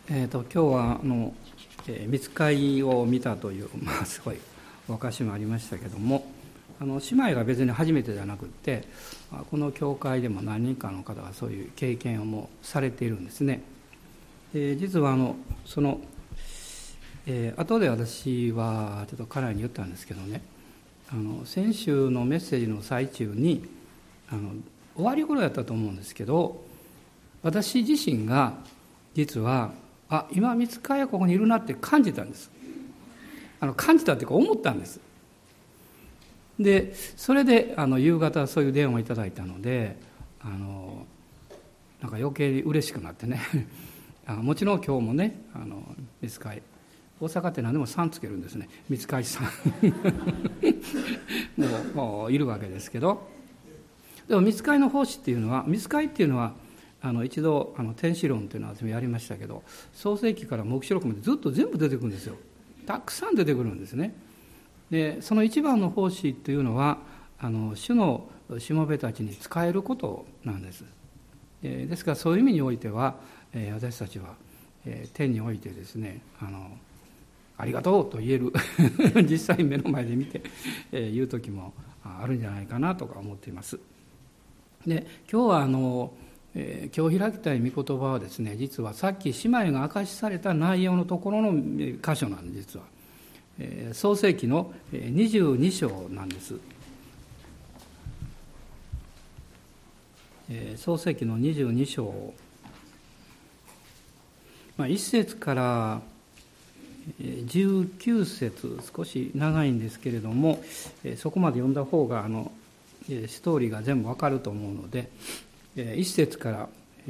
今日は御使いを見たという、すごいお証もありましたけども、姉妹が別に初めてじゃなくって、この教会でも何人かの方がそういう経験をもうされているんですね。実はその、後で私はちょっと彼らに言ったんですけどね、先週のメッセージの最中に終わり頃やったと思うんですけど、私自身が実は今御使いはここにいるなって感じたんです。感じたっていうか思ったんです。でそれで夕方そういう電話をいただいたのでなんか余計嬉しくなってねもちろん今日もね御使い大阪って何でもさんつけるんですね。御使いさんもういるわけですけど、でも御使いの奉仕っていうのは、御使いっていうのは一度天使論というのを私もやりましたけど、創世記から黙示録までずっと全部出てくるんですよ。たくさん出てくるんですね。でその一番の奉仕というのは主のしもべたちに仕えることなんです。ですからそういう意味においては私たちは天においてですねありがとうと言える実際目の前で見て言う時もあるんじゃないかなとか思っています。で今日は今日開きたい御言葉はですね、実はさっき姉妹が証しされた内容のところの箇所なんです。実は創世記の22章なんです。創世記の22章、1節から19節、少し長いんですけれども、そこまで読んだ方がストーリーが全部わかると思うので、1節から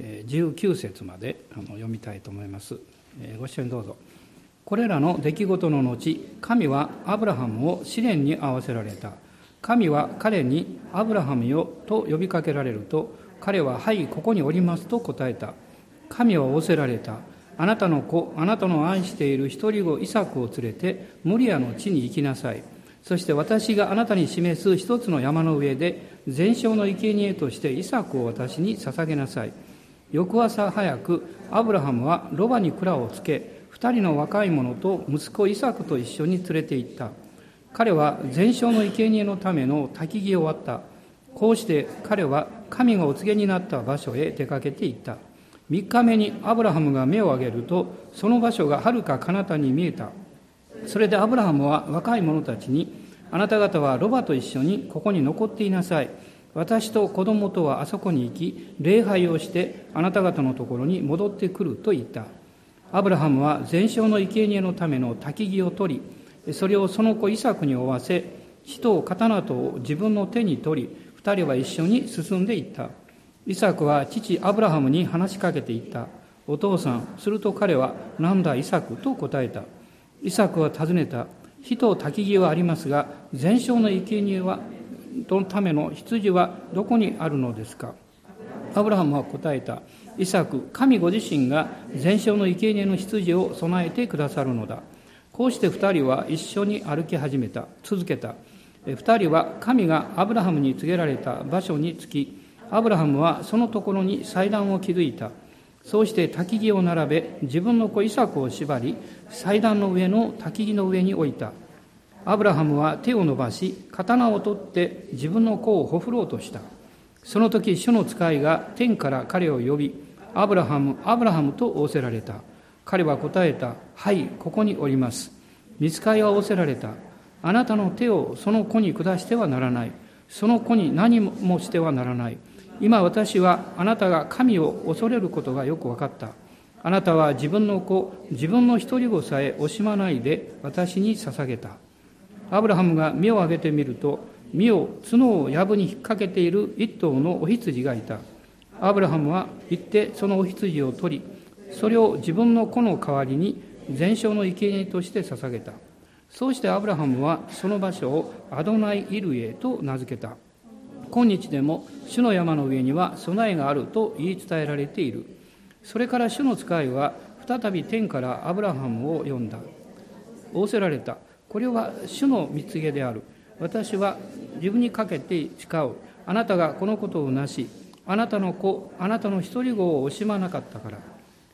19節まで読みたいと思います。ご一緒にどうぞ。これらの出来事の後、神はアブラハムを試練に合わせられた。神は彼にアブラハムよと呼びかけられると、彼ははい、ここにおりますと答えた。神は仰せられた。あなたの子、あなたの愛している一人子イサクを連れてモリアの地に行きなさい。そして私があなたに示す一つの山の上で全焼の生贄としてイサクを私に捧げなさい。翌朝早くアブラハムはロバに鞍をつけ、二人の若い者と息子イサクと一緒に連れて行った。彼は全焼の生贄のための焚き木を割った。こうして彼は神がお告げになった場所へ出かけて行った。3日目にアブラハムが目を上げると、その場所がはるか彼方に見えた。それでアブラハムは若い者たちに、あなた方はロバと一緒にここに残っていなさい。私と子供とはあそこに行き、礼拝をしてあなた方のところに戻ってくると言った。アブラハムは全焼の生贄のための焚き木を取り、それをその子イサクに負わせ、火と刀とを自分の手に取り、二人は一緒に進んでいった。イサクは父アブラハムに話しかけていった。お父さん。すると彼は、なんだイサクと答えた。イサクは尋ねた。火と焚き木はありますが、全焼の生贄のための羊はどこにあるのですか。アブラハムは答えた。イサク、神ご自身が全焼の生贄の羊を備えてくださるのだ。こうして二人は一緒に歩き続けた。二人は神がアブラハムに告げられた場所に着き、アブラハムはそのところに祭壇を築いた。そうして焚き木を並べ、自分の子イサクを縛り、祭壇の上の焚き木の上に置いた。アブラハムは手を伸ばし、刀を取って自分の子をほふろうとした。その時、主の使いが天から彼を呼び、アブラハム、アブラハムと仰せられた。彼は答えた。はい、ここにおります。御使いは仰せられた。あなたの手をその子に下してはならない。その子に何もしてはならない。今私はあなたが神を恐れることがよく分かった。あなたは自分の子、自分の一人子さえ惜しまないで私に捧げた。アブラハムが目を上げてみると、見よ、角を藪に引っ掛けている一頭のお羊がいた。アブラハムは行ってそのお羊を取り、それを自分の子の代わりに全焼の生贄として捧げた。そうしてアブラハムはその場所をアドナイ・イルエと名付けた。今日でも主の山の上には備えがあると言い伝えられている。それから主の使いは再び天からアブラハムを呼んだ。仰せられた。これは主の御告げである。私は自分にかけて誓う。あなたがこのことをなし、あなたの子、あなたの一人子を惜しまなかったから。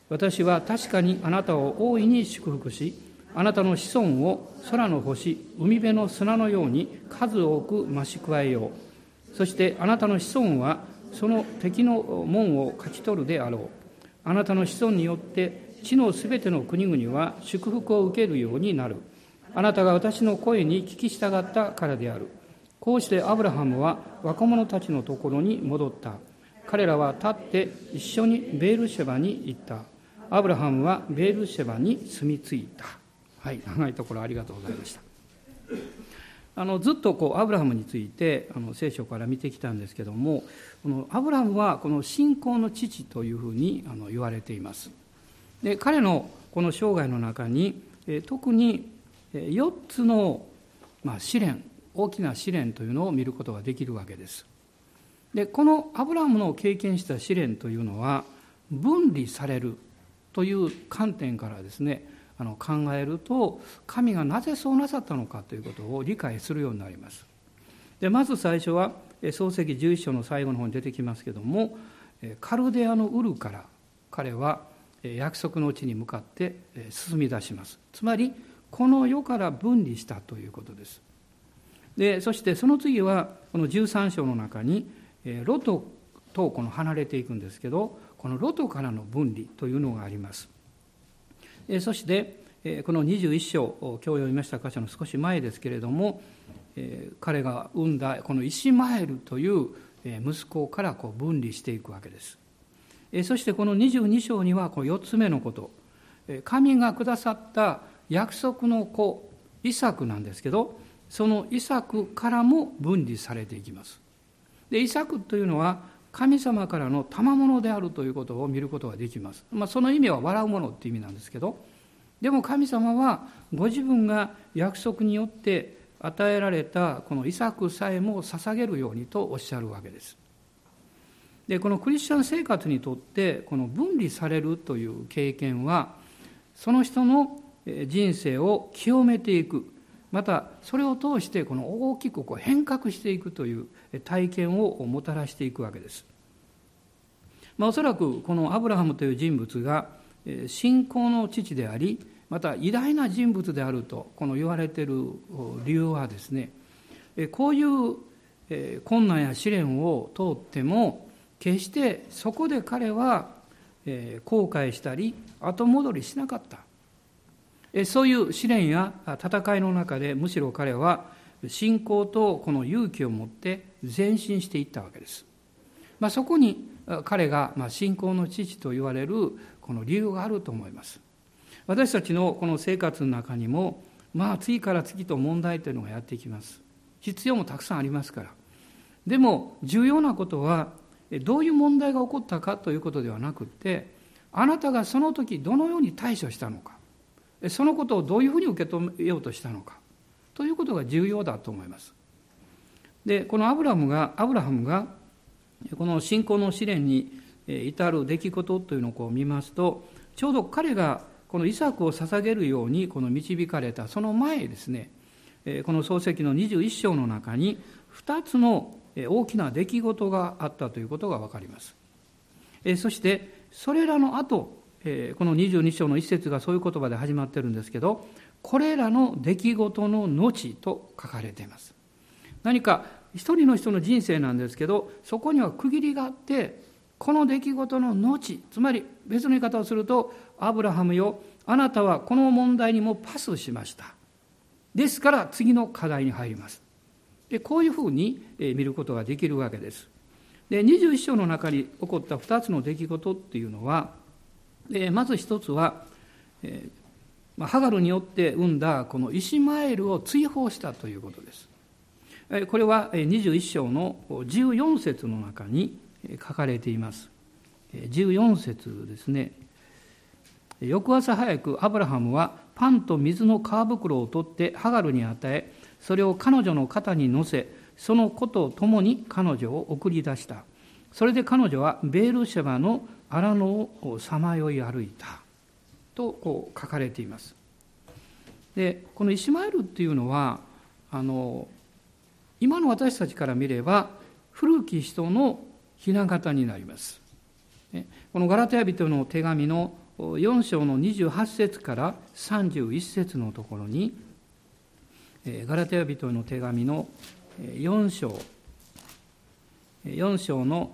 私は確かにあなたを大いに祝福し、あなたの子孫を空の星、海辺の砂のように数多く増し加えよう。そしてあなたの子孫はその敵の門を勝ち取るであろう。あなたの子孫によって地のすべての国々は祝福を受けるようになる。あなたが私の声に聞き従ったからである。こうしてアブラハムは若者たちのところに戻った。彼らは立って一緒にベールシェバに行った。アブラハムはベールシェバに住み着いた。はい、長いところありがとうございました。ずっとアブラハムについて聖書から見てきたんですけども、このアブラハムはこの信仰の父というふうに言われています。で、彼のこの生涯の中に特に4つの試練、大きな試練というのを見ることができるわけです。で、このアブラハムの経験した試練というのは分離されるという観点からですね、考えると神がなぜそうなさったのかということを理解するようになります。で、まず最初は創世記11章の最後の方に出てきますけども、カルデアのウルから彼は約束の地に向かって進み出します。つまりこの世から分離したということです。で、そしてその次はこの13章の中にロトと離れていくんですけど、このロトからの分離というのがあります。そしてこの21章、今日読みました箇所の少し前ですけれども、彼が産んだこのイシマエルという息子から分離していくわけです。そしてこの22章には4つ目のこと、神がくださった約束の子イサクなんですけど、そのイサクからも分離されていきます。で、イサクというのは神様からの賜物であるということを見ることができます。その意味は笑うものって意味なんですけど、でも神様はご自分が約束によって与えられたこのイサクさえも捧げるようにとおっしゃるわけです。で、このクリスチャン生活にとってこの分離されるという経験はその人の人生を清めていく、またそれを通してこの大きく変革していくという体験をもたらしていくわけです。おそらくこのアブラハムという人物が信仰の父であり、また偉大な人物であると言われている理由はですね、こういう困難や試練を通っても決してそこで彼は後悔したり後戻りしなかった。そういう試練や戦いの中でむしろ彼は信仰とこの勇気を持って前進していったわけです。そこに彼が信仰の父と言われるこの理由があると思います。私たちのこの生活の中にも次から次と問題というのがやってきます。必要もたくさんありますから。でも重要なことはどういう問題が起こったかということではなくて、あなたがその時どのように対処したのか、そのことをどういうふうに受け止めようとしたのかということが重要だと思います。で、このアブラハムがこの信仰の試練に至る出来事というのを見ますと、ちょうど彼がこのイサクを捧げるように導かれたその前ですね、この創世記の21章の中に2つの大きな出来事があったということが分かります。そしてそれらの後、この22章の一節がそういう言葉で始まってるんですけど、これらの出来事の後と書かれています。何か一人の人の人生なんですけど、そこには区切りがあって、この出来事の後、つまり別の言い方をすると、アブラハムよ、あなたはこの問題にもパスしました。ですから次の課題に入ります。で、こういうふうに見ることができるわけです。で、21章の中に起こった2つの出来事っていうのは、まず一つは、ハガルによって生んだこのイシマエルを追放したということです。これは21章の14節の中に書かれています。14節ですね。翌朝早くアブラハムはパンと水の皮袋を取ってハガルに与え、それを彼女の肩に乗せ、その子と共に彼女を送り出した。それで彼女はベールシェバの荒野をさまよい歩いたと書かれています。で、このイシマエルっていうのは今の私たちから見れば古き人の雛形になります。このガラテヤ人の手紙の 4章の28節から31節のところに、ガラテヤ人への手紙の4章の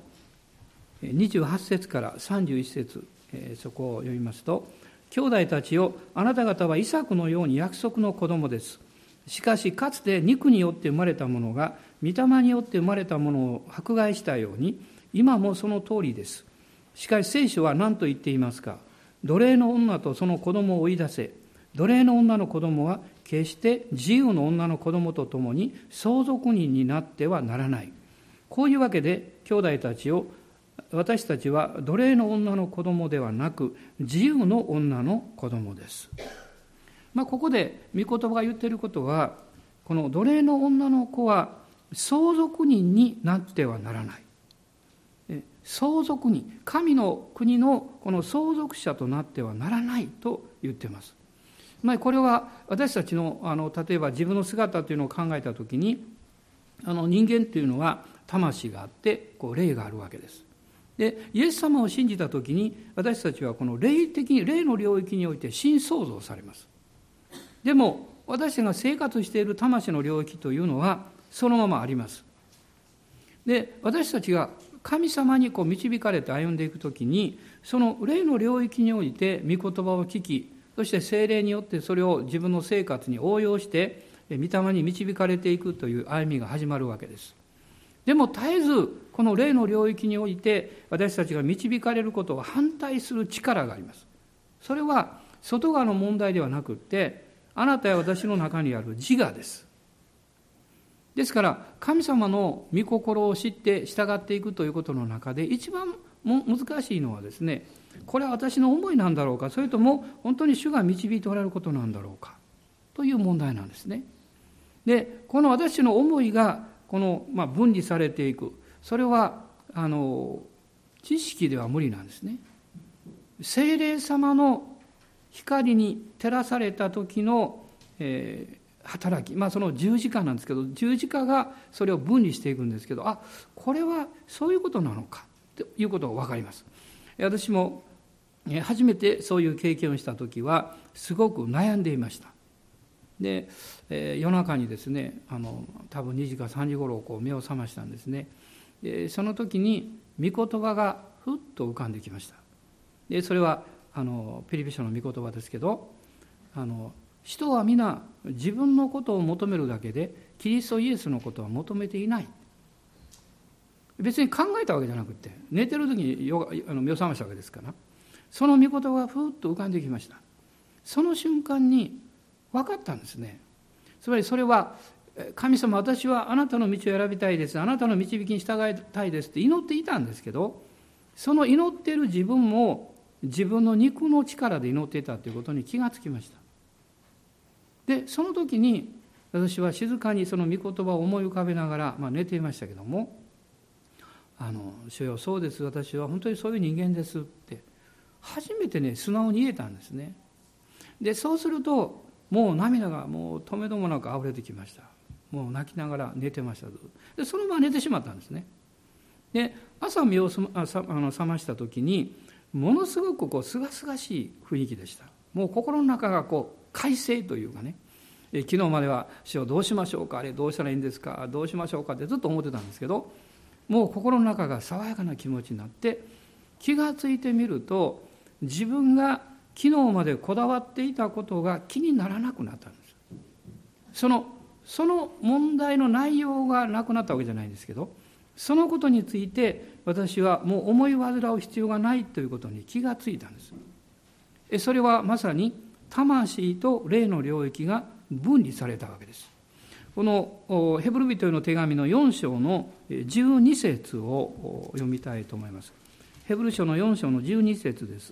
28節から31節、そこを読みますと、兄弟たちよ、あなた方はイサクのように約束の子供です。しかしかつて肉によって生まれたものが御霊によって生まれたものを迫害したように、今もその通りです。しかし聖書は何と言っていますか。奴隷の女とその子供を追い出せ。奴隷の女の子供は決して自由の女の子供と共に相続人になってはならない。こういうわけで兄弟たちを、私たちは奴隷の女の子供ではなく自由の女の子供です。ここで御言葉が言っていることは、この奴隷の女の子は相続人になってはならない。相続人、神の国のこの相続者となってはならないと言っています。これは私たちの例えば自分の姿というのを考えたときに、人間というのは魂があって霊があるわけです。で、イエス様を信じたときに私たちはこの霊の領域において新創造されます。でも私が生活している魂の領域というのはそのままあります。で、私たちが神様に導かれて歩んでいくときに、その霊の領域において御言葉を聞き、そして聖霊によってそれを自分の生活に応用して御霊に導かれていくという歩みが始まるわけです。でも絶えずこの霊の領域において私たちが導かれることを反対する力があります。それは外側の問題ではなくって、あなたや私の中にある自我です。ですから神様の御心を知って従っていくということの中で一番難しいのはですね、これは私の思いなんだろうか、それとも本当に主が導いておられることなんだろうかという問題なんですね。で、この私の思いが分離されていく、それは知識では無理なんですね。聖霊様の光に照らされた時の、働き、その十字架なんですけど、十字架がそれを分離していくんですけど、これはそういうことなのかということが分かります。私も初めてそういう経験をした時はすごく悩んでいました。で、夜中にですね、多分2時か3時頃目を覚ましたんですね。で、その時に御言葉がふっと浮かんできました。で、それはピリピ書の御言葉ですけど、人は皆自分のことを求めるだけでキリストイエスのことは求めていない。別に考えたわけじゃなくて、寝てる時に目を覚ましたわけですから、その御言葉がふっと浮かんできました。その瞬間に分かったんですね。つまりそれは、神様、私はあなたの道を選びたいです、あなたの導きに従いたいですって祈っていたんですけど、その祈っている自分も自分の肉の力で祈っていたということに気がつきました。で、その時に私は静かにその御言葉を思い浮かべながら、寝ていましたけども、主よ、そうです、私は本当にそういう人間ですって初めて素直に言えたんですね。で、そうするともう涙がもう止めどもなく溢れてきました。もう泣きながら寝てました。で、そのまま寝てしまったんですね。で、朝目を覚ました時にものすごくすがすがしい雰囲気でした。もう心の中が快晴というかね、昨日までは主よどうしましょうか、あれどうしたらいいんですか、どうしましょうかってずっと思ってたんですけど、もう心の中が爽やかな気持ちになって、気がついてみると自分が昨日までこだわっていたことが気にならなくなったんです。その問題の内容がなくなったわけじゃないんですけど、そのことについて私はもう思い煩う必要がないということに気がついたんです。それはまさに魂と霊の領域が分離されたわけです。このヘブル人への手紙の4章の12節を読みたいと思います。ヘブル書の4章の12節です。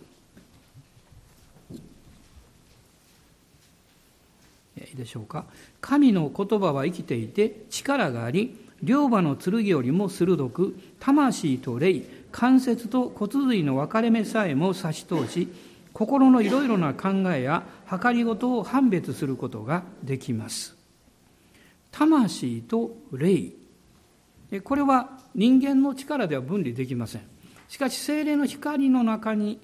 いいでしょうか。神の言葉は生きていて力があり、両刃の剣よりも鋭く、魂と霊、関節と骨髄の分かれ目さえも差し通し、心のいろいろな考えや計りごとを判別することができます。魂と霊、これは人間の力では分離できません。しかし聖霊の光の中に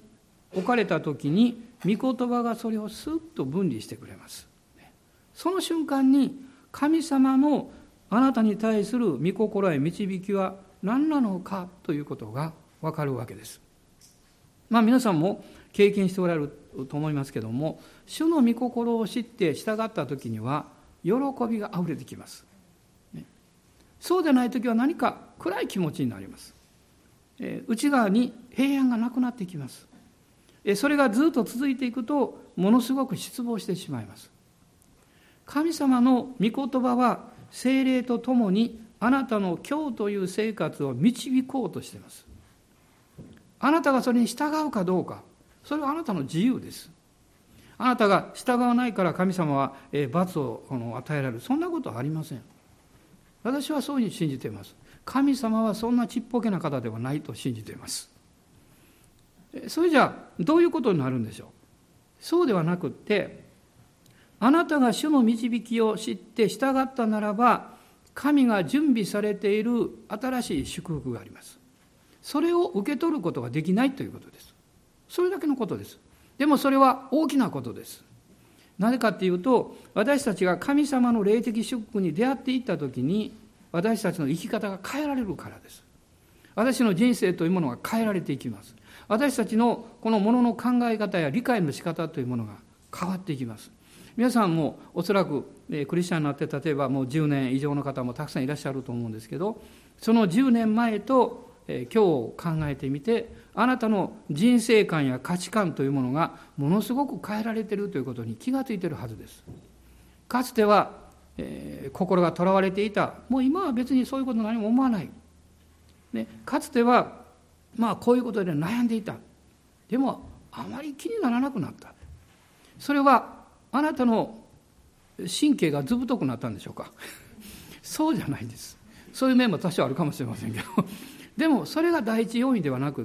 置かれた時に御言葉がそれをスッと分離してくれます。その瞬間に神様のあなたに対する御心へ導きは何なのかということが分かるわけです。皆さんも経験しておられると思いますけども、主の御心を知って従った時には喜びがあふれてきます。そうでない時は何か暗い気持ちになります。内側に平安がなくなってきます。それがずっと続いていくとものすごく失望してしまいます。神様の御言葉は聖霊とともにあなたの今日という生活を導こうとしています。あなたがそれに従うかどうか、それはあなたの自由です。あなたが従わないから神様は罰を与えられる、そんなことはありません。私はそういうふうに信じています。神様はそんなちっぽけな方ではないと信じています。それじゃあどういうことになるんでしょう。そうではなくって、あなたが主の導きを知って従ったならば、神が準備されている新しい祝福があります。それを受け取ることができないということです。それだけのことです。でもそれは大きなことです。なぜかっていうと、私たちが神様の霊的祝福に出会っていったときに、私たちの生き方が変えられるからです。私の人生というものが変えられていきます。私たちのこのものの考え方や理解の仕方というものが変わっていきます。皆さんもおそらくクリスチャンになって例えばもう10年以上の方もたくさんいらっしゃると思うんですけど、その10年前と今日を考えてみて、あなたの人生観や価値観というものがものすごく変えられているということに気がついているはずです。かつては、心がとらわれていた。もう今は別にそういうこと何も思わない、かつてはこういうことで悩んでいた。でもあまり気にならなくなった。それはあなたの神経がずぶとくなったんでしょうか。そうじゃないです。そういう面も多少あるかもしれませんけど、でもそれが第一要因ではなくって、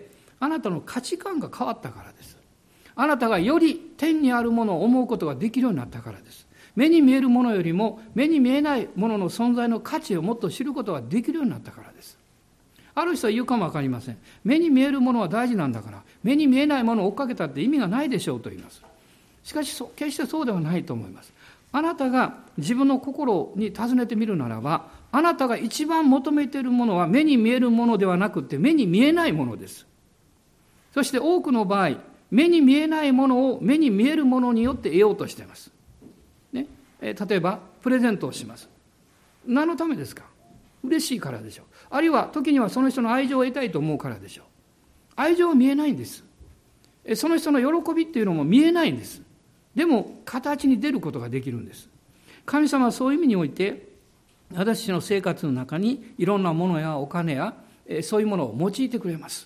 あなたの価値観が変わったからです。あなたがより天にあるものを思うことができるようになったからです。目に見えるものよりも目に見えないものの存在の価値をもっと知ることができるようになったからです。ある人は言うかもわかりません。目に見えるものは大事なんだから、目に見えないものを追っかけたって意味がないでしょうと言います。しかし決してそうではないと思います。あなたが自分の心に尋ねてみるならば、あなたが一番求めているものは目に見えるものではなくて目に見えないものです。そして多くの場合、目に見えないものを目に見えるものによって得ようとしています。例えばプレゼントをします。何のためですか。嬉しいからでしょう。あるいは時にはその人の愛情を得たいと思うからでしょう。愛情は見えないんです。その人の喜びっていうのも見えないんです。でも形に出ることができるんです。神様はそういう意味において、私の生活の中にいろんなものやお金やそういうものを用いてくれます。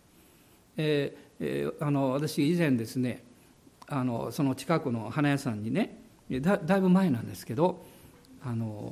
私以前ですね、その近くの花屋さんにね、だいぶ前なんですけど、あ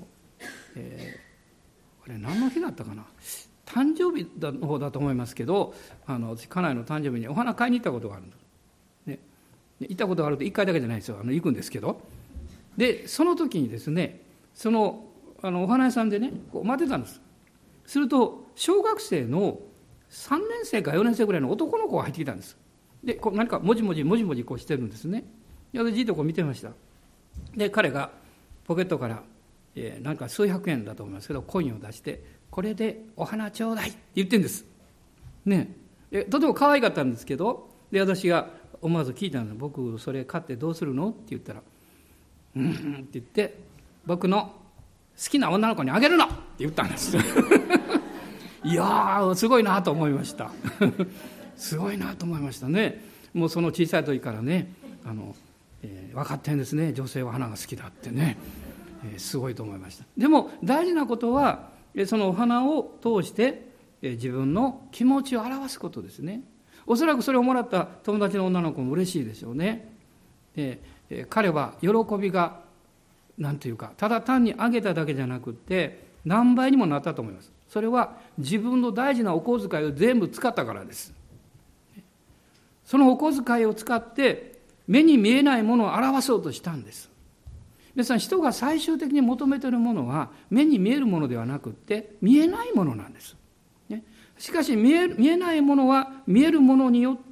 れ何の日だったかな、誕生日の方だと思いますけど、私家内の誕生日にお花買いに行ったことがあるんです、ね、行ったことがあると1回だけじゃないですよ、行くんですけど、でその時にですね、そのお花屋さんでねこう待ってたんです。すると小学生の3年生か4年生ぐらいの男の子が入ってきたんです。でこう何かもじもじこうしてるんですね。で私じっとこう見てました。で彼がポケットから、なんか数百円だと思いますけどコインを出して、これでお花ちょうだいって言ってるんですね。とても可愛かったんですけど、で私が思わず聞いたんです。僕それ買ってどうするのって言ったら、って言って、僕の好きな女の子にあげるのって言ったんですいやーすごいなと思いましたすごいなと思いましたね。もうその小さい時からね分かってるんですね、女性は花が好きだってね、すごいと思いました。でも大事なことはそのお花を通して自分の気持ちを表すことですね。おそらくそれをもらった友達の女の子も嬉しいでしょうね。彼は喜びがなんていうか、ただ単にあげただけじゃなくって何倍にもなったと思います。それは自分の大事なお小遣いを全部使ったからです。そのお小遣いを使って目に見えないものを表そうとしたんです。皆さん、人が最終的に求めているものは目に見えるものではなくって見えないものなんです。しかし見えないものは見えるものによって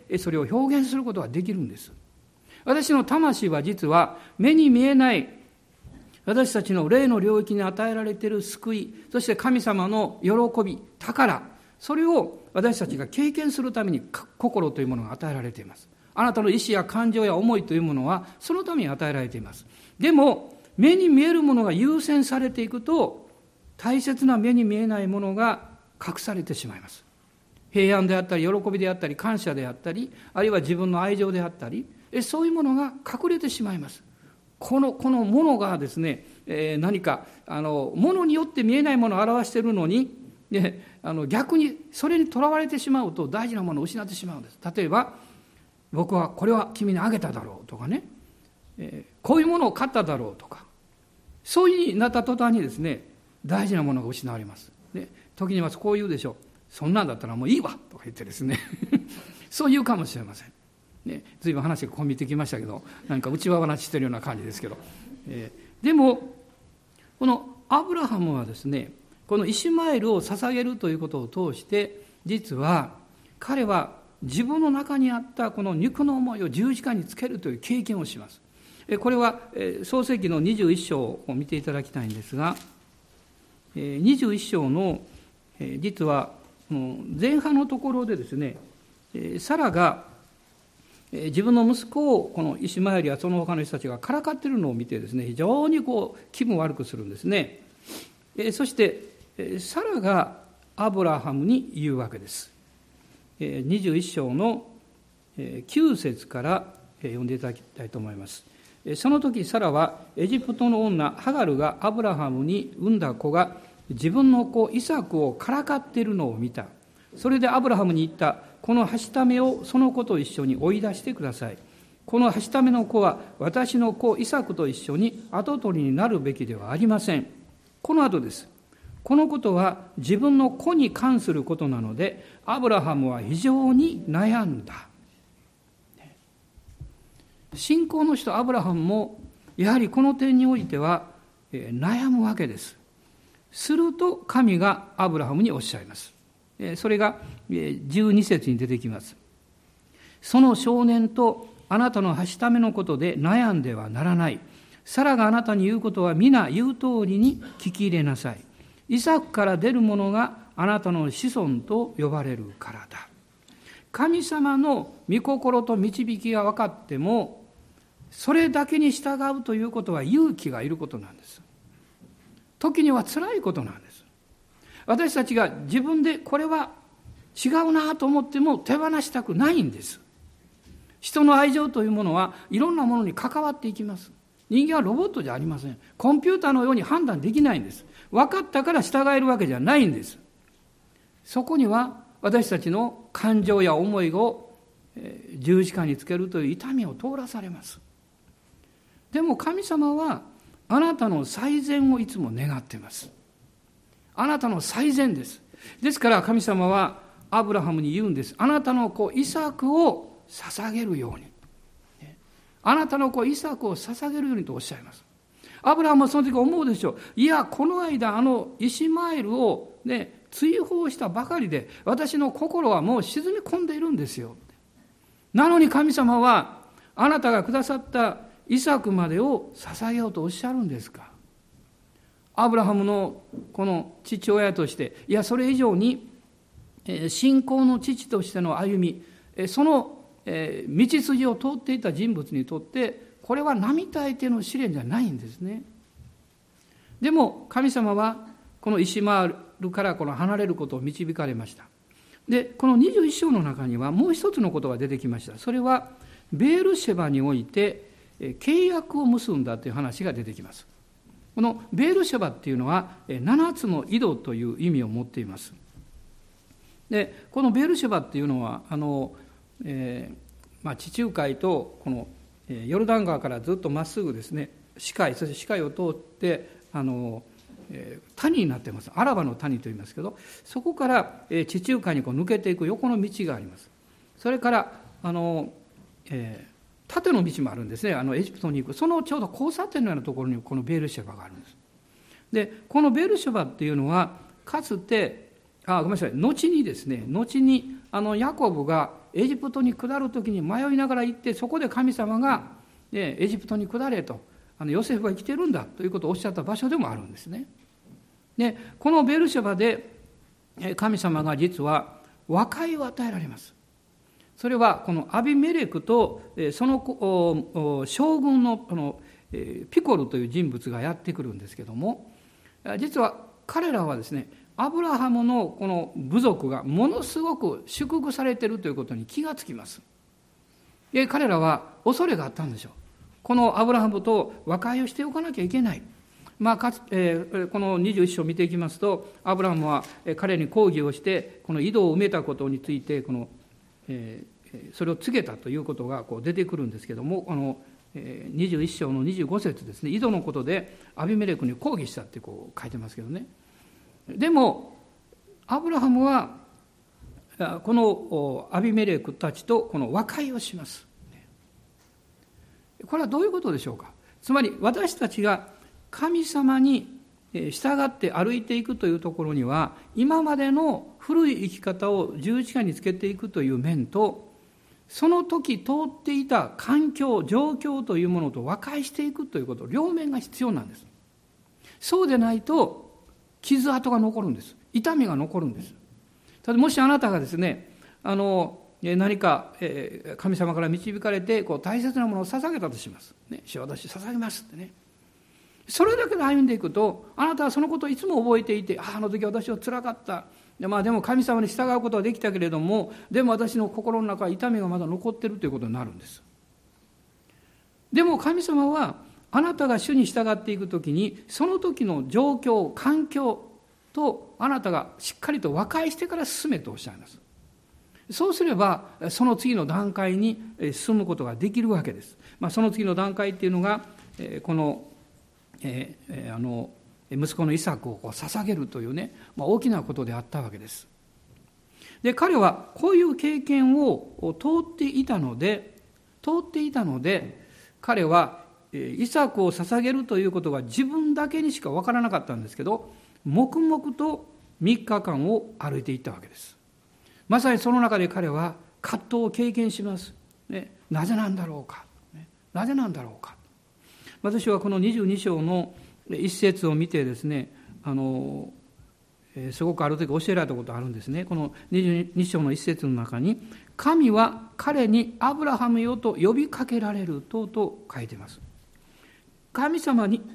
それを表現することができるんです。私の魂は実は目に見えない私たちの霊の領域に与えられている救い、そして神様の喜び、宝、それを私たちが経験するために心というものが与えられています。あなたの意志や感情や思いというものはそのために与えられています。でも目に見えるものが優先されていくと、大切な目に見えないものが隠されてしまいます。平安であったり、喜びであったり、感謝であったり、あるいは自分の愛情であったり、そういうものが隠れてしまいます。このものがですね、何かものによって見えないものを表しているのに、逆にそれにとらわれてしまうと大事なものを失ってしまうんです。例えば、僕はこれは君にあげただろうとかね、こういうものを買っただろうとか、そういうなった途端にですね、大事なものが失われます。で、時にはこう言うでしょう。そんなんだったらもういいわとか言ってですねそう言うかもしれません。ね、ずいぶん話が込み入ってきましたけど、なんか内輪話してるような感じですけど、でもこのアブラハムはですね、このイシュマエルを捧げるということを通して、実は彼は自分の中にあったこの肉の思いを十字架につけるという経験をします。これは創世記の21章を見ていただきたいんですが、21章の実は前半のところでですね、サラが自分の息子をこのイシュマエルやその他の人たちがからかっているのを見てですね、非常に気分悪くするんですね。そしてサラがアブラハムに言うわけです。21章の9節から読んでいただきたいと思います。その時サラはエジプトの女ハガルがアブラハムに産んだ子が自分の子イサクをからかっているのを見た。それでアブラハムに言った。このはしためをその子と一緒に追い出してください。このはしための子は私の子イサクと一緒に跡取りになるべきではありません。この後です。このことは自分の子に関することなので、アブラハムは非常に悩んだ。信仰の人アブラハムもやはりこの点においては悩むわけです。すると神がアブラハムにおっしゃいます。それが12節に出てきます。その少年とあなたのはしためのことで悩んではならない。サラがあなたに言うことは皆言う通りに聞き入れなさい。イサクから出るものがあなたの子孫と呼ばれるからだ。神様の御心と導きが分かっても、それだけに従うということは勇気がいることなんです。時には辛いことなんです。私たちが自分でこれは違うなと思っても手放したくないんです。人の愛情というものはいろんなものに関わっていきます。人間はロボットじゃありません。コンピューターのように判断できないんです。分かったから従えるわけじゃないんです。そこには私たちの感情や思いを十字架につけるという痛みを通らされます。でも神様はあなたの最善をいつも願っています。あなたの最善です。ですから神様はアブラハムに言うんです。あなたの子イサクを捧げるように。あなたの子イサクを捧げるようにとおっしゃいます。アブラハムはその時思うでしょう。いや、この間イシュマエルを追放したばかりで私の心はもう沈み込んでいるんですよ。なのに神様はあなたがくださったイサクまでを捧げようとおっしゃるんですか。アブラハムのこの父親として、いやそれ以上に信仰の父としての歩み、その道筋を通っていた人物にとってこれは並大抵の試練じゃないんですね。でも神様はこのイシュマエルからこの離れることを導かれました。でこの21章の中にはもう一つのことが出てきました。それはベールシェバにおいて契約を結んだという話が出てきます。このベールシェバっていうのは7つの井戸という意味を持っています。でこのベールシェバっていうのは地中海とこのヨルダン川からずっとまっすぐですね、死海、そして死海を通って谷になっています。アラバの谷と言いますけど、そこから地中海に抜けていく横の道があります。それから縦の道もあるんですね。エジプトに行くそのちょうど交差点のようなところにこのベールシェバがあるんです。でこのベールシェバっていうのはかつて後にですね、後にヤコブがエジプトに下るときに迷いながら行って、そこで神様が、エジプトに下れと、ヨセフが生きてるんだということをおっしゃった場所でもあるんですね。でこのベルシェバで神様が実は和解を与えられます。それはこのアビメレクとその将軍のピコルという人物がやってくるんですけども、実は彼らはですね、アブラハムのこの部族がものすごく祝福されているということに気がつきます。で彼らは恐れがあったんでしょう。このアブラハムと和解をしておかなきゃいけない。この21章を見ていきますと、アブラハムは彼に抗議をして、この井戸を埋めたことについてそれを告げたということが出てくるんですけども、この21章の25節ですね、井戸のことでアビメレクに抗議したって書いてますけどね。でもアブラハムはこのアビメレクたちとこの和解をします。これはどういうことでしょうか。つまり私たちが神様に従って歩いていくというところには、今までの古い生き方を十字架につけていくという面と、その時通っていた環境状況というものと和解していくということ、両面が必要なんです。そうでないと傷跡が残るんです。痛みが残るんです。ただもしあなたがですね、何か神様から導かれて大切なものを捧げたとします、ね、主は私捧げますってね。それだけで歩んでいくと、あなたはそのことをいつも覚えていて、あの時私は辛かった、でも神様に従うことはできたけれども、でも私の心の中は痛みがまだ残っているということになるんです。でも神様はあなたが主に従っていくときに、その時の状況環境とあなたがしっかりと和解してから進めとおっしゃいます。そうすればその次の段階に進むことができるわけです。その次の段階っていうのがこの息子のイサクを捧げるというね、大きなことであったわけです。で彼はこういう経験を通っていたので彼はイサクを捧げるということが自分だけにしか分からなかったんですけど、黙々と3日間を歩いていったわけです。まさにその中で彼は葛藤を経験します、ね、なぜなんだろうか、ね、なぜなんだろうか。私はこの22章の一節を見てですね、すごくある時教えられたことがあるんですね。この22章の一節の中に、神は彼にアブラハムよと呼びかけられると書いています。神様に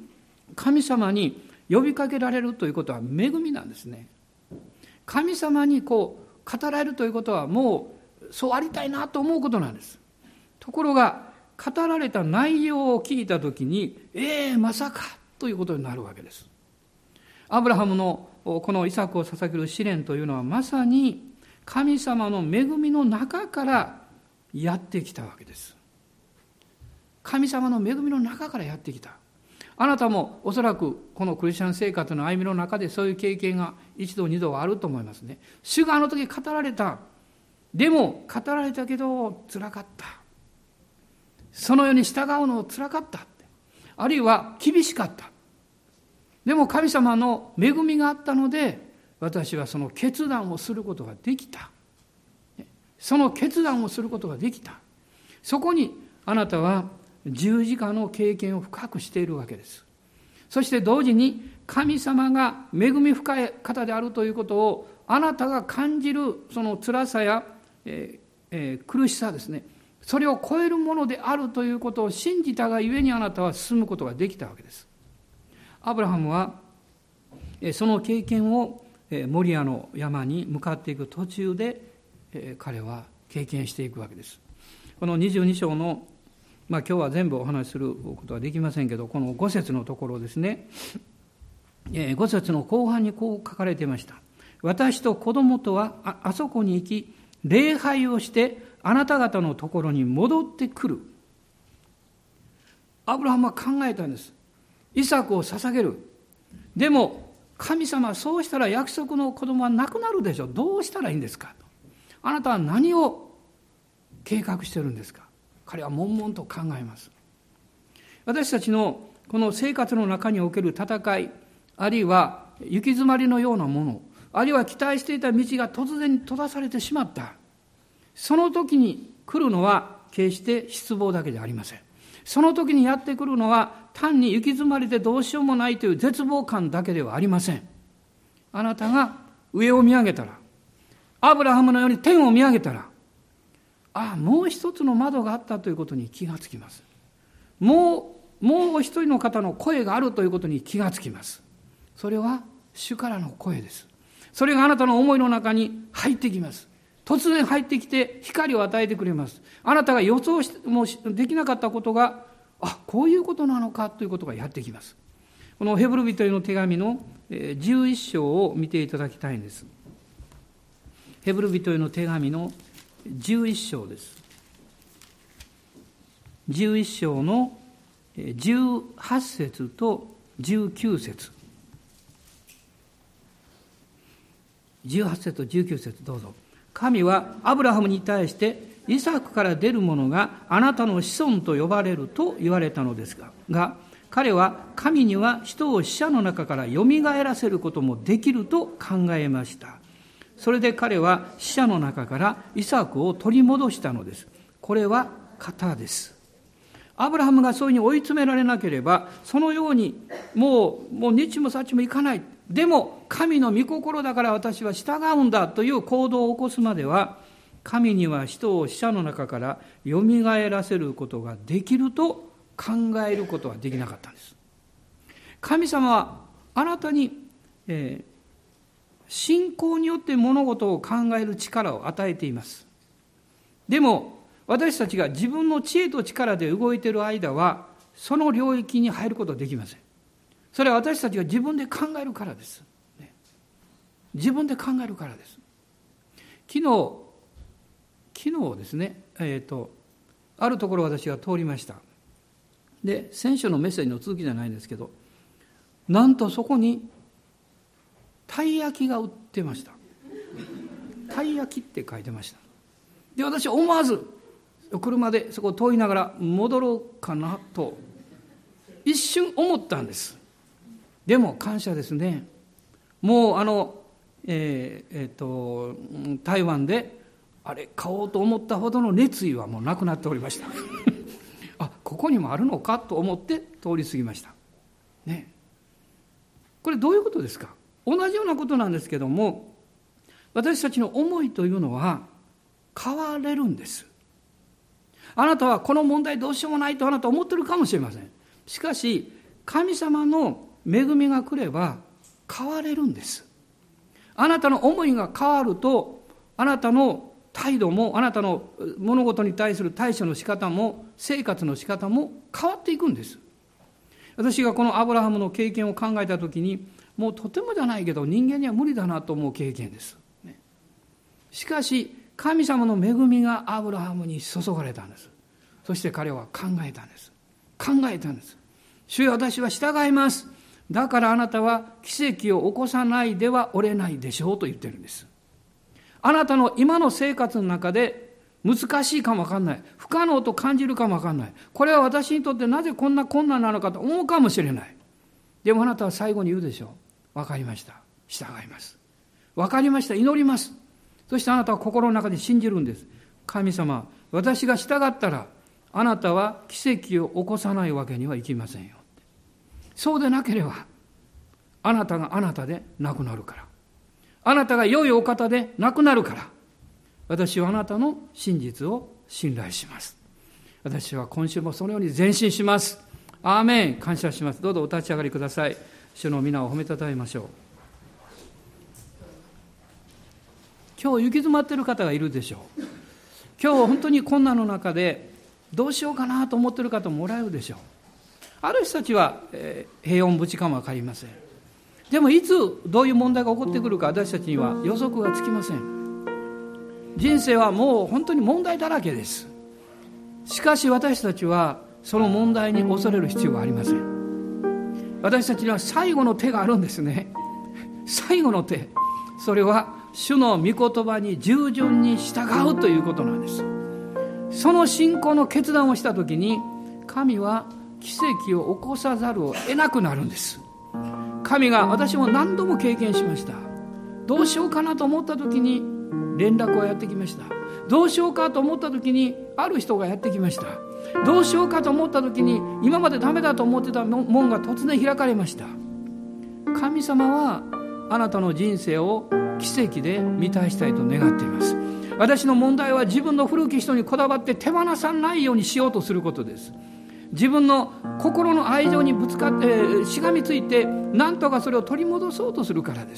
呼びかけられるということは恵みなんですね。神様に語られるということはもうそうありたいなと思うことなんです。ところが語られた内容を聞いたときに、まさかということになるわけです。アブラハムのこのイサクを捧げる試練というのは、まさに神様の恵みの中からやってきたわけです。神様の恵みの中からやってきた。あなたもおそらくこのクリスチャン生活の歩みの中でそういう経験が一度二度はあると思いますね。主があの時語られた。でも語られたけど辛かった。そのように従うの辛かった。あるいは厳しかった。でも神様の恵みがあったので、私はその決断をすることができた。その決断をすることができた。そこにあなたは十字架の経験を深くしているわけです。そして同時に神様が恵み深い方であるということをあなたが感じるその辛さや、苦しさですね、それを超えるものであるということを信じたがゆえに、あなたは進むことができたわけです。アブラハムはその経験をモリアの山に向かっていく途中で彼は経験していくわけです。この22章の今日は全部お話しすることはできませんけど、この5節のところですね、5節の後半にこう書かれていました。私と子供とは あそこに行き礼拝をしてあなた方のところに戻ってくる。アブラハムは考えたんです。イサクを捧げる。でも神様、そうしたら約束の子供はなくなるでしょう。どうしたらいいんですか。あなたは何を計画しているんですか。彼は悶々と考えます。私たちのこの生活の中における戦い、あるいは行き詰まりのようなもの、あるいは期待していた道が突然に閉ざされてしまった。 その時に来るのは決して失望だけではありません。その時にやってくるのは単に行き詰まりでどうしようもないという絶望感だけではありません。あなたが上を見上げたら、アブラハムのように天を見上げたら、もう一つの窓があったということに気がつきます。もう一人の方の声があるということに気がつきます。それは主からの声です。それがあなたの思いの中に入ってきます。突然入ってきて光を与えてくれます。あなたが予想もできなかったことが、こういうことなのかということがやってきます。このヘブル人への手紙の11章を見ていただきたいんです。ヘブル人への手紙の11章です。11章の18節と19節。18節と19節どうぞ。神はアブラハムに対して、イサクから出る者があなたの子孫と呼ばれると言われたのですが、彼は神には人を死者の中からよみがえらせることもできると考えました。それで彼は死者の中からイサクを取り戻したのです。これは型です。アブラハムがそういうふうに追い詰められなければ、そのようにもう日もさっちもいかない。でも神の御心だから私は従うんだという行動を起こすまでは、神には人を死者の中からよみがえらせることができると考えることはできなかったんです。神様はあなたに、信仰によって物事を考える力を与えています。でも私たちが自分の知恵と力で動いている間は、その領域に入ることはできません。それは私たちが自分で考えるからです。自分で考えるからです。昨日ですね、あるところ私が通りました。で、先週のメッセージの続きじゃないんですけど、なんとそこにたい焼きが売ってました。たい焼きって書いてました。で、私は思わず車でそこを通りながら戻ろうかなと一瞬思ったんです。でも感謝ですね。もう台湾であれ買おうと思ったほどの熱意はもうなくなっておりましたここにもあるのかと思って通り過ぎましたね。これどういうことですか。同じようなことなんですけども、私たちの思いというのは変われるんです。あなたはこの問題どうしようもないとあなたは思ってるかもしれません。しかし神様の恵みが来れば変われるんです。あなたの思いが変わると、あなたの態度も、あなたの物事に対する対処の仕方も、生活の仕方も変わっていくんです。私がこのアブラハムの経験を考えたときに、もうとてもじゃないけど人間には無理だなと思う経験です。しかし神様の恵みがアブラハムに注がれたんです。そして彼は考えたんです。主よ、私は従います。だからあなたは奇跡を起こさないではおれないでしょうと言ってるんです。あなたの今の生活の中で難しいかもわかんない。不可能と感じるかもわかんない。これは私にとってなぜこんな困難なのかと思うかもしれない。でもあなたは最後に言うでしょう。わかりました。従います。わかりました。祈ります。そしてあなたは心の中で信じるんです。神様、私が従ったらあなたは奇跡を起こさないわけにはいきませんよ。そうでなければあなたがあなたでなくなるから、あなたが良いお方でなくなるから、私はあなたの真実を信頼します。私は今週もそのように前進します。アーメン。感謝します。どうぞお立ち上がりください。主の皆を褒めたたえましょう。今日行き詰まっている方がいるでしょう。今日本当に困難の中でどうしようかなと思っている方もおられるでしょう。ある人たちは、平穏無事かも分かりません。でもいつどういう問題が起こってくるか私たちには予測がつきません。人生はもう本当に問題だらけです。しかし私たちはその問題に恐れる必要はありません。私たちには最後の手があるんですね。最後の手、それは主の御言葉に従順に従うということなんです。その信仰の決断をしたときに神は奇跡を起こさざるを得なくなるんです。神が、私も何度も経験しました。どうしようかなと思ったときに連絡をやってきました。 どうしようかと思った時にある人がやってきました。どうしようかと思った時に今までダメだと思ってた門が突然開かれました。神様はあなたの人生を奇跡で満たしたいと願っています。私の問題は自分の古き人にこだわって手放さないようにしようとすることです。自分の心の愛情にぶつかってしがみついて何とかそれを取り戻そうとするからです。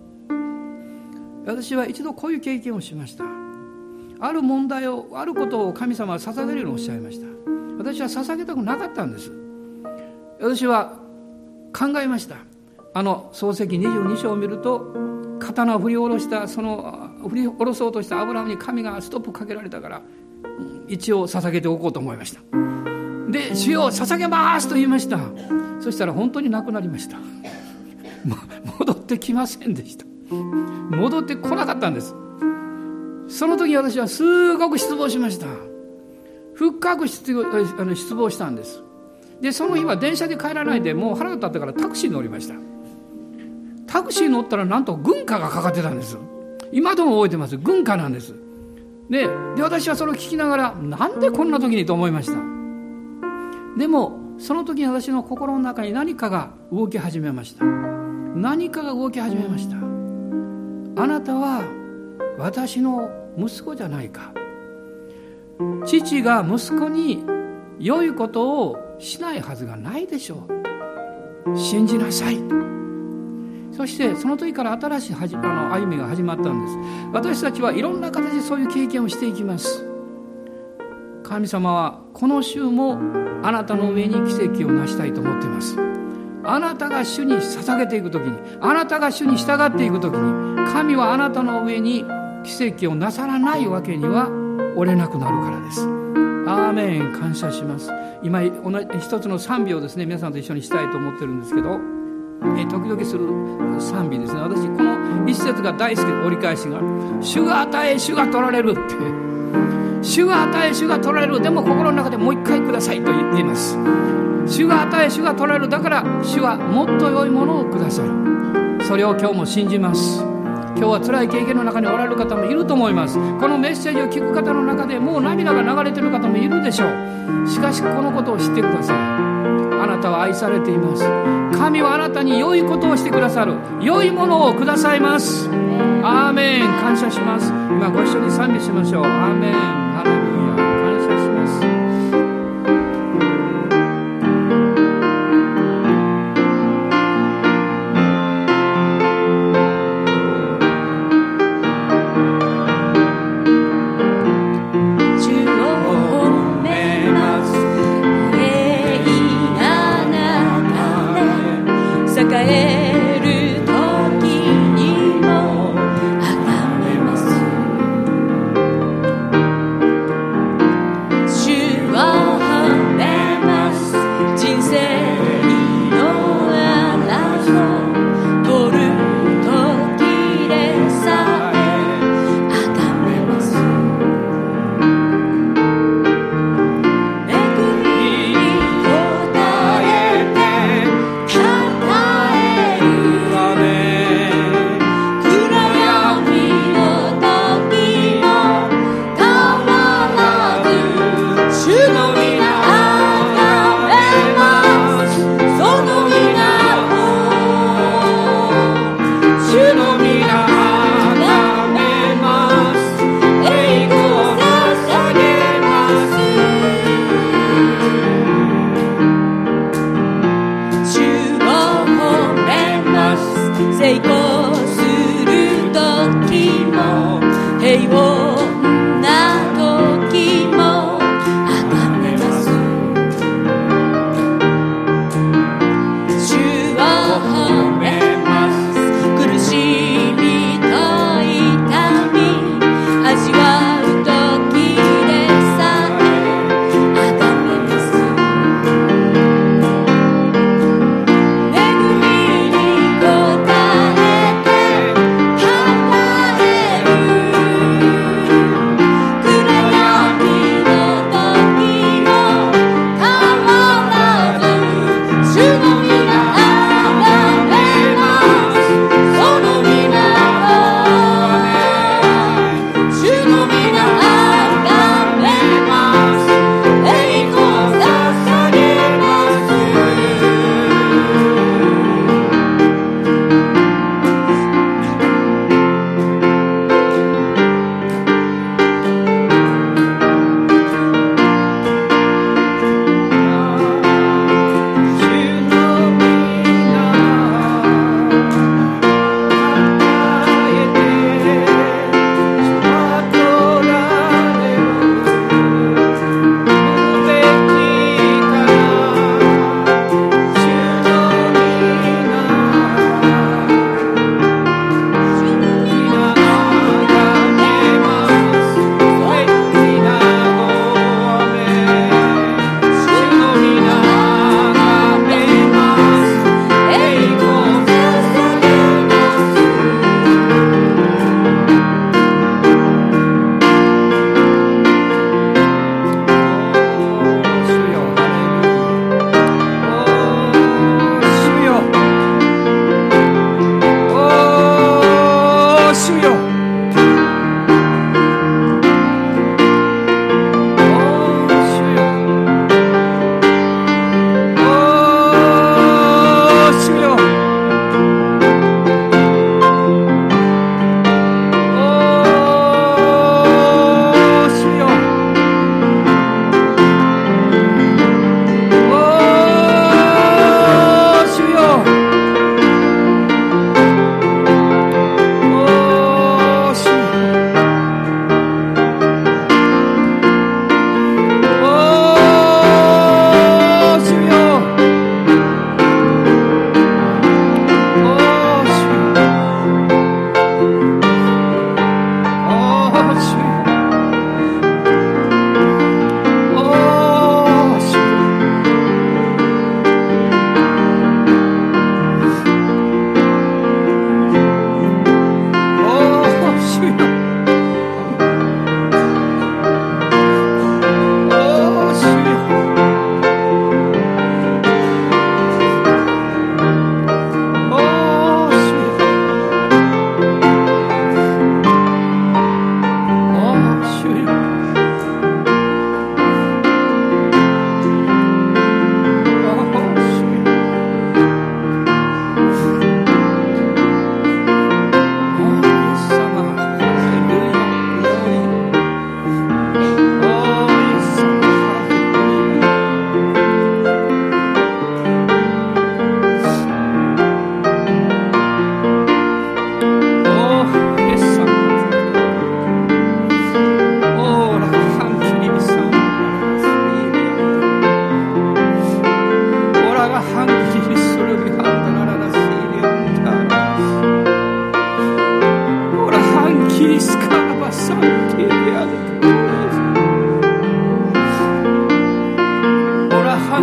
私は一度こういう経験をしました。ある問題を、あることを神様は捧げるようにおっしゃいました。私は捧げたくなかったんです。私は考えました。創世記22章を見ると、刀を振り下ろした、振り下ろそうとしたアブラハムに神がストップかけられたから、一応捧げておこうと思いました。で、主よ捧げますと言いました。そしたら本当になくなりました。戻ってきませんでした。戻ってこなかったんです。その時私はすごく失望しました。深く失望したんです。で、その日は電車で帰らないで、もう腹が立ったからタクシーに乗りました。タクシーに乗ったらなんと軍歌がかかってたんです。今でも覚えてます。軍歌なんです。で、私はそれを聞きながら、なんでこんな時にと思いました。でもその時に私の心の中に何かが動き始めました。何かが動き始めました。あなたは私の息子じゃないか。父が息子に良いことをしないはずがないでしょう。信じなさい。そしてその時から新しい歩みが始まったんです。私たちはいろんな形でそういう経験をしていきます。神様はこの週もあなたの上に奇跡を成したいと思っています。あなたが主に捧げていくときに、あなたが主に従っていくときに、神はあなたの上に奇跡をなさらないわけには折れなくなるからです。アーメン。感謝します。今一つの賛美をですね、皆さんと一緒にしたいと思ってるんですけど、時々する賛美ですね。私この一節が大好きで、折り返しが主が与え主が取られるって、主が与え主が取られる。でも心の中でもう一回くださいと言います。主が与え主が取られる。だから主はもっと良いものをくださる。それを今日も信じます。今日は辛い経験の中におられる方もいると思います。このメッセージを聞く方の中でもう涙が流れている方もいるでしょう。しかしこのことを知ってください。あなたは愛されています。神はあなたに良いことをしてくださる。良いものをくださいます。アーメン。感謝します。今ご一緒に賛美しましょう。アーメン。ハレルヤ。感謝します。 「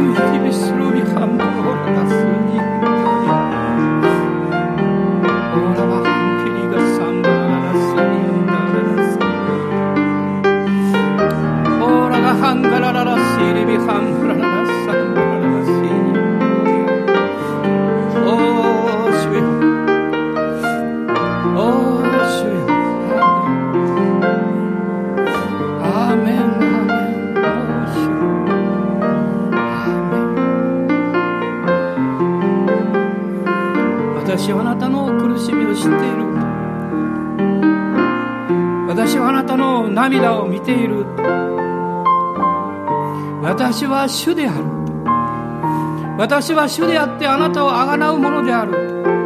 私はあなたの苦しみを知っている。私はあなたの涙を見ている。私は主である。私は主であってあなたをあがなうものである。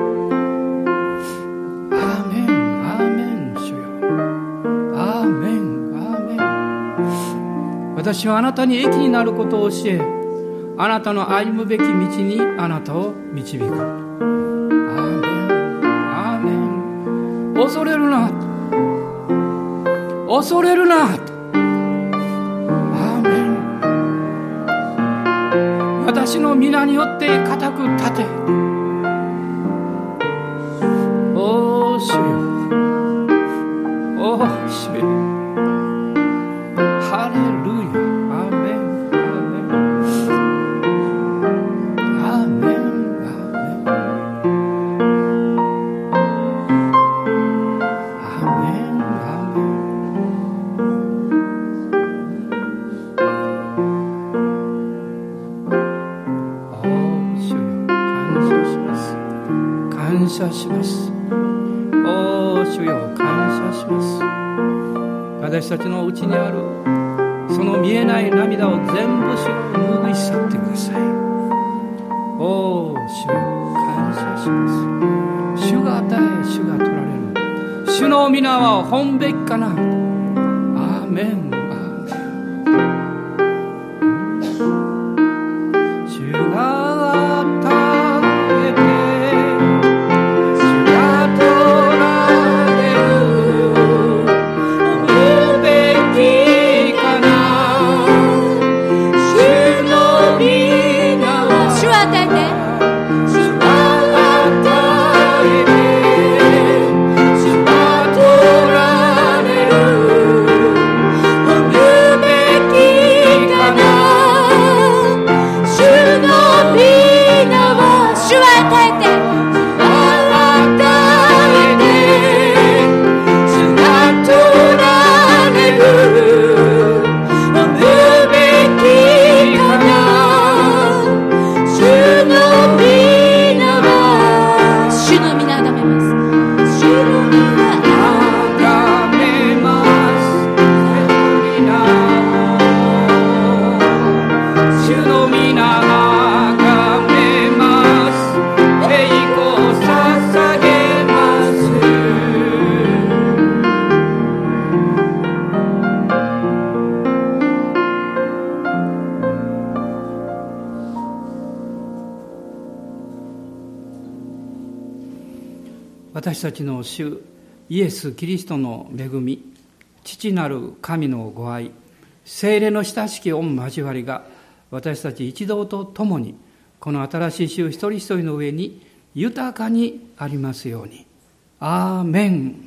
アーメン、アーメン、主よ。アーメン、アーメン。私はあなたに益になることを教え、あなたの歩むべき道にあなたを導く。恐れるな、恐れるな。アーメン。私の皆によって固く立て。おー主よ、おー主よ、ハレルヤ。アーメン、アーメン、アーメン。感謝します。おー主よ、感謝します。私たちのうちにあるその見えない涙を全部主よ、拭い去ってください。おー主よ、感謝します。主が与え、主が取られる。主の皆は本べきかな。アーメン。私たちの主イエス・キリストの恵み、父なる神のご愛、聖霊の親しき御交わりが私たち一同と共にこの新しい主一人一人の上に豊かにありますように。アーメン。